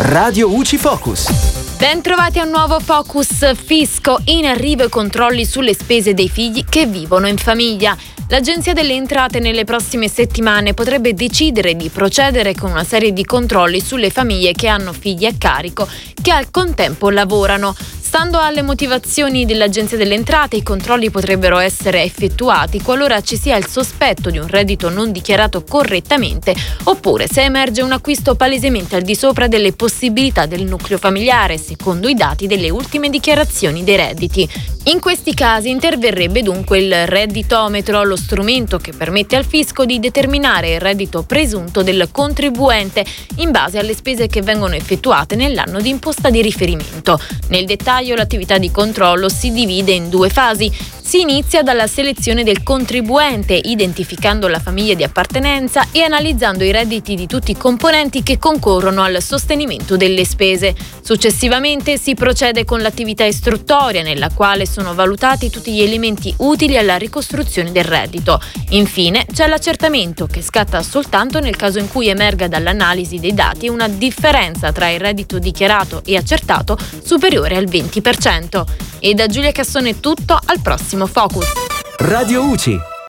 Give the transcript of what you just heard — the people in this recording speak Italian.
Radio UCI Focus. Ben trovati a un nuovo Focus Fisco. In arrivo i controlli sulle spese dei figli che vivono in famiglia. L'Agenzia delle Entrate nelle prossime settimane potrebbe decidere di procedere con una serie di controlli sulle famiglie che hanno figli a carico che al contempo lavorano. Stando alle motivazioni dell'Agenzia delle Entrate, i controlli potrebbero essere effettuati qualora ci sia il sospetto di un reddito non dichiarato correttamente oppure se emerge un acquisto palesemente al di sopra delle possibilità del nucleo familiare, secondo i dati delle ultime dichiarazioni dei redditi. In questi casi interverrebbe dunque il redditometro, lo strumento che permette al fisco di determinare il reddito presunto del contribuente in base alle spese che vengono effettuate nell'anno di imposta di riferimento. Nel dettaglio, l'attività di controllo si divide in due fasi. Si inizia dalla selezione del contribuente, identificando la famiglia di appartenenza e analizzando i redditi di tutti i componenti che concorrono al sostenimento delle spese. Successivamente si procede con l'attività istruttoria, nella quale sono valutati tutti gli elementi utili alla ricostruzione del reddito. Infine c'è l'accertamento, che scatta soltanto nel caso in cui emerga dall'analisi dei dati una differenza tra il reddito dichiarato e accertato superiore al 20%. E da Giulia Cassone è tutto, al prossimo Focus. Radio UCI.